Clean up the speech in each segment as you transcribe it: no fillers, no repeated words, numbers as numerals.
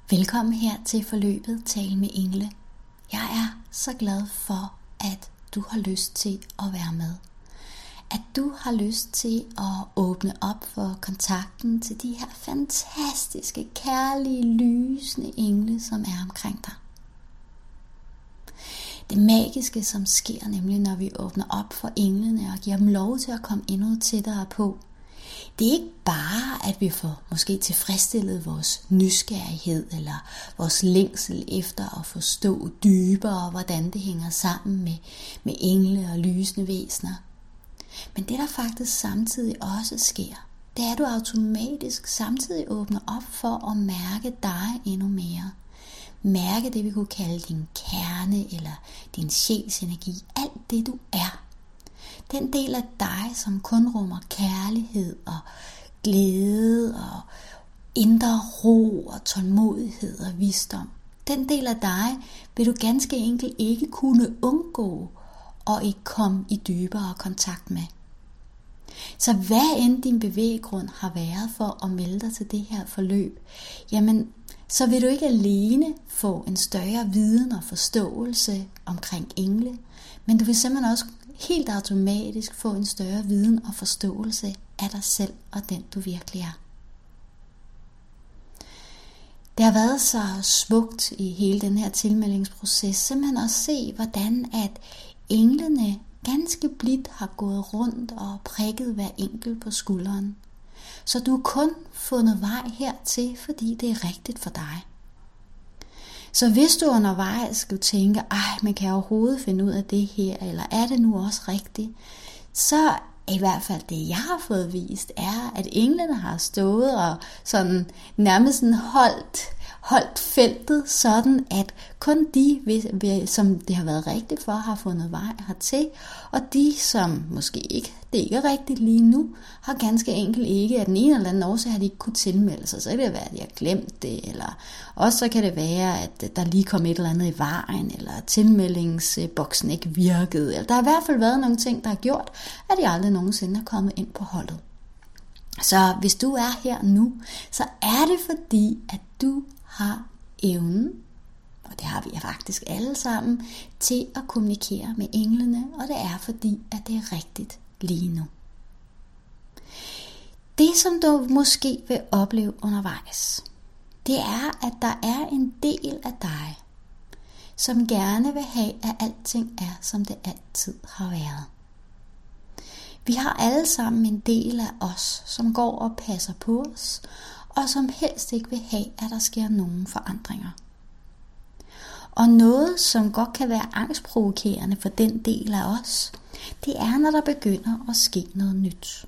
Velkommen her til forløbet Tale med Engle. Jeg er så glad for, at du har lyst til at være med. At du har lyst til at åbne op for kontakten til de her fantastiske, kærlige, lysende engle, som er omkring dig. Det magiske, som sker nemlig, når vi åbner op for englene og giver dem lov til at komme endnu tættere på, det er ikke bare, at vi får måske tilfredsstillet vores nysgerrighed eller vores længsel efter at forstå dybere, hvordan det hænger sammen med engle og lysende væsener. Men det, der faktisk samtidig også sker, det er, at du automatisk samtidig åbner op for at mærke dig endnu mere. Mærke det, vi kunne kalde din kerne eller din sjælsenergi. Alt det, du er. Den del af dig, som kun rummer kærlighed og glæde og indre ro og tålmodighed og visdom. Den del af dig vil du ganske enkelt ikke kunne undgå og ikke komme i dybere kontakt med. Så hvad end din bevæggrund har været for at melde dig til det her forløb, jamen så vil du ikke alene få en større viden og forståelse omkring engle, men du vil simpelthen også helt automatisk få en større viden og forståelse af dig selv og den du virkelig er. Det har været så smukt i hele den her tilmeldingsproces, simpelthen at se, hvordan at englene ganske blidt har gået rundt og prikket hver enkelt på skulderen. Så du har kun fundet vej hertil, fordi det er rigtigt for dig. Så hvis du undervejs skulle tænke, man kan overhovedet finde ud af det her, eller er det nu også rigtigt, så i hvert fald det, jeg har fået vist, er, at englene har stået og sådan nærmest sådan holdt feltet, sådan at kun de, som det har været rigtigt for, har fundet vej hertil, og de, som måske ikke, det ikke er rigtigt lige nu, har ganske enkelt ikke, af den ene eller anden årsag, har de ikke kunnet tilmelde sig. Så kan det være, at de har glemt det, eller også så kan det være, at der lige kom et eller andet i vejen, eller tilmeldingsboksen ikke virkede, eller der har i hvert fald været nogle ting, der har gjort, at de aldrig nogensinde er kommet ind på holdet. Så hvis du er her nu, så er det fordi, at du har evnen, og det har vi faktisk alle sammen, til at kommunikere med englene, og det er fordi, at det er rigtigt lige nu. Det, som du måske vil opleve undervejs, det er, at der er en del af dig, som gerne vil have, at alting er, som det altid har været. Vi har alle sammen en del af os, som går og passer på os, og som helst ikke vil have, at der sker nogen forandringer. Og noget, som godt kan være angstprovokerende for den del af os, det er, når der begynder at ske noget nyt.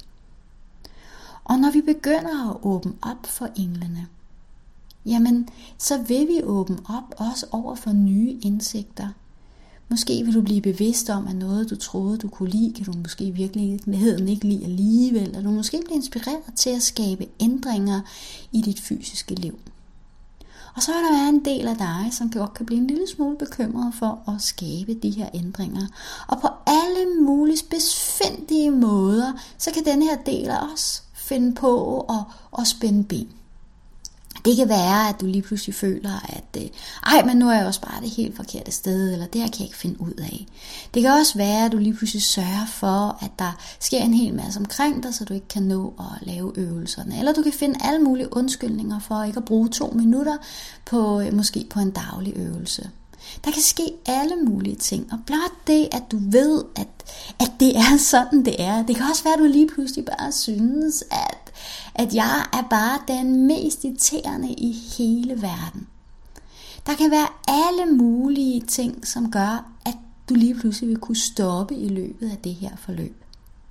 Og når vi begynder at åbne op for englene, jamen, så vil vi åbne op også over for nye indsigter. Måske vil du blive bevidst om, at noget du troede du kunne lide, kan du måske i virkeligheden ikke lide alligevel, eller du måske blive inspireret til at skabe ændringer i dit fysiske liv. Og så vil der være en del af dig, som godt kan blive en lille smule bekymret for at skabe de her ændringer. Og på alle mulige spidsfindige måder, så kan den her del af os finde på at spænde ben. Det kan være, at du lige pludselig føler, at men nu er jeg også bare det helt forkerte sted, eller det her kan jeg ikke finde ud af. Det kan også være, at du lige pludselig sørger for, at der sker en hel masse omkring dig, så du ikke kan nå at lave øvelserne. Eller du kan finde alle mulige undskyldninger for ikke at bruge 2 minutter måske på en daglig øvelse. Der kan ske alle mulige ting, og blot det, at du ved, at det er sådan, det er. Det kan også være, at du lige pludselig bare synes, at jeg er bare den mest irriterende i hele verden. Der kan være alle mulige ting, som gør, at du lige pludselig vil kunne stoppe i løbet af det her forløb.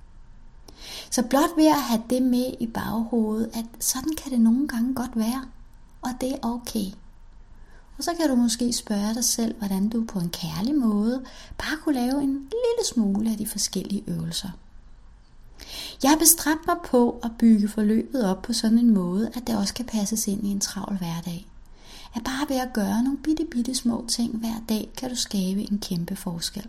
Så blot ved at have det med i baghovedet, at sådan kan det nogle gange godt være, og det er okay. Og så kan du måske spørge dig selv, hvordan du på en kærlig måde bare kunne lave en lille smule af de forskellige øvelser. Jeg har bestræbt mig på at bygge forløbet op på sådan en måde, at det også kan passes ind i en travl hverdag. At bare ved at gøre nogle bitte små ting hver dag, kan du skabe en kæmpe forskel.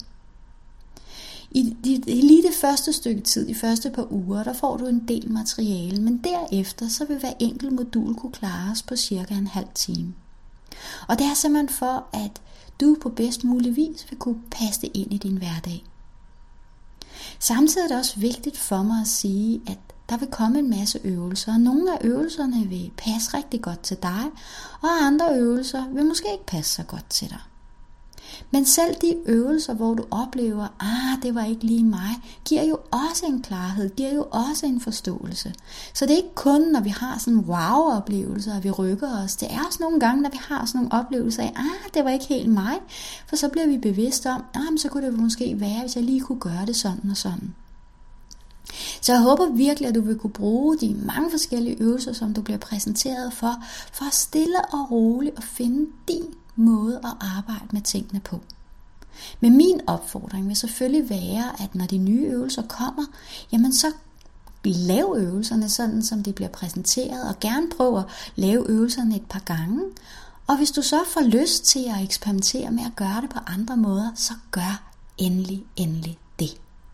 I lige det første stykke tid, de første par uger, der får du en del materiale, men derefter så vil hver enkelt modul kunne klares på cirka en halv time. Og det er simpelthen for, at du på bedst mulig vis vil kunne passe det ind i din hverdag. Samtidig er det også vigtigt for mig at sige, at der vil komme en masse øvelser, og nogle af øvelserne vil passe rigtig godt til dig, og andre øvelser vil måske ikke passe så godt til dig. Men selv de øvelser, hvor du oplever, det var ikke lige mig, giver jo også en klarhed, giver jo også en forståelse. Så det er ikke kun, når vi har sådan wow-oplevelser, at vi rykker os. Det er også nogle gange, når vi har sådan nogle oplevelser af, det var ikke helt mig. For så bliver vi bevidst om, så kunne det måske være, hvis jeg lige kunne gøre det sådan og sådan. Så jeg håber virkelig, at du vil kunne bruge de mange forskellige øvelser, som du bliver præsenteret for at stille og roligt og finde din måde at arbejde med tingene på. Men min opfordring vil selvfølgelig være, at når de nye øvelser kommer, jamen så lav øvelserne sådan, som de bliver præsenteret, og gerne prøv at lave øvelserne et par gange. Og hvis du så får lyst til at eksperimentere med at gøre det på andre måder, så gør endelig det.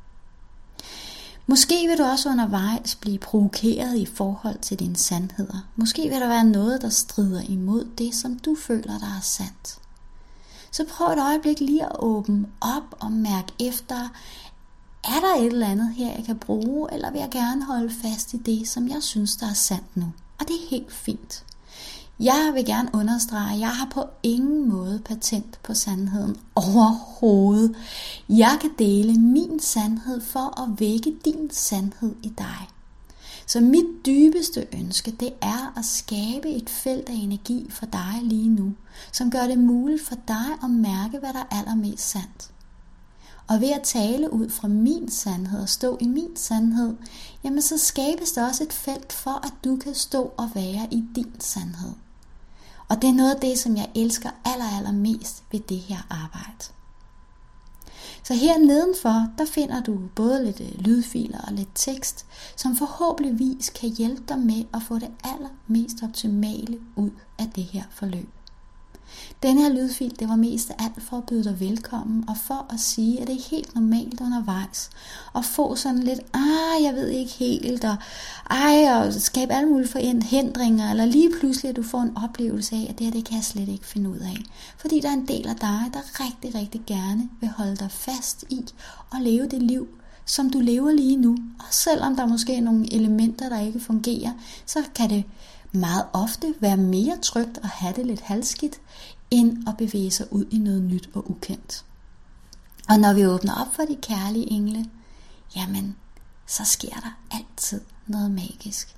Måske vil du også undervejs blive provokeret i forhold til dine sandheder. Måske vil der være noget, der strider imod det, som du føler, der er sandt. Så prøv et øjeblik lige at åbne op og mærke efter, er der et eller andet her, jeg kan bruge, eller vil jeg gerne holde fast i det, som jeg synes, der er sandt nu. Og det er helt fint. Jeg vil gerne understrege, at jeg har på ingen måde patent på sandheden overhovedet. Jeg kan dele min sandhed for at vække din sandhed i dig. Så mit dybeste ønske, det er at skabe et felt af energi for dig lige nu, som gør det muligt for dig at mærke, hvad der er allermest sandt. Og ved at tale ud fra min sandhed og stå i min sandhed, jamen så skabes der også et felt for, at du kan stå og være i din sandhed. Og det er noget af det, som jeg elsker allermest ved det her arbejde. Så her nedenfor, der finder du både lidt lydfiler og lidt tekst, som forhåbentligvis kan hjælpe dig med at få det allermest optimale ud af det her forløb. Den her lydfil, det var mest af alt for at byde dig velkommen, og for at sige, at det er helt normalt undervejs, og få sådan lidt, jeg ved ikke helt, og skabe alle mulige forhindringer, eller lige pludselig, at du får en oplevelse af, at det kan jeg slet ikke finde ud af. Fordi der er en del af dig, der rigtig, rigtig gerne vil holde dig fast i, og leve det liv, som du lever lige nu. Og selvom der måske er nogle elementer, der ikke fungerer, så kan det meget ofte være mere trygt at have det lidt halvskidt, end at bevæge sig ud i noget nyt og ukendt. Og når vi åbner op for de kærlige engle, jamen, så sker der altid noget magisk.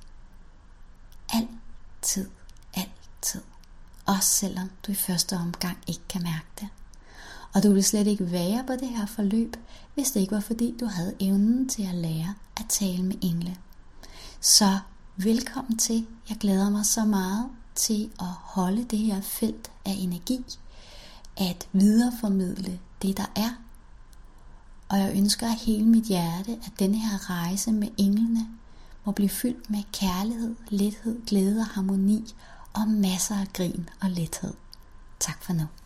Altid. Også selvom du i første omgang ikke kan mærke det. Og du vil slet ikke være på det her forløb, hvis det ikke var fordi du havde evnen til at lære at tale med engle. Så velkommen til. Jeg glæder mig så meget til at holde det her felt af energi, at videreformidle det, der er. Og jeg ønsker af hele mit hjerte, at denne her rejse med englene må blive fyldt med kærlighed, lethed, glæde og harmoni, og masser af grin og lethed. Tak for nu.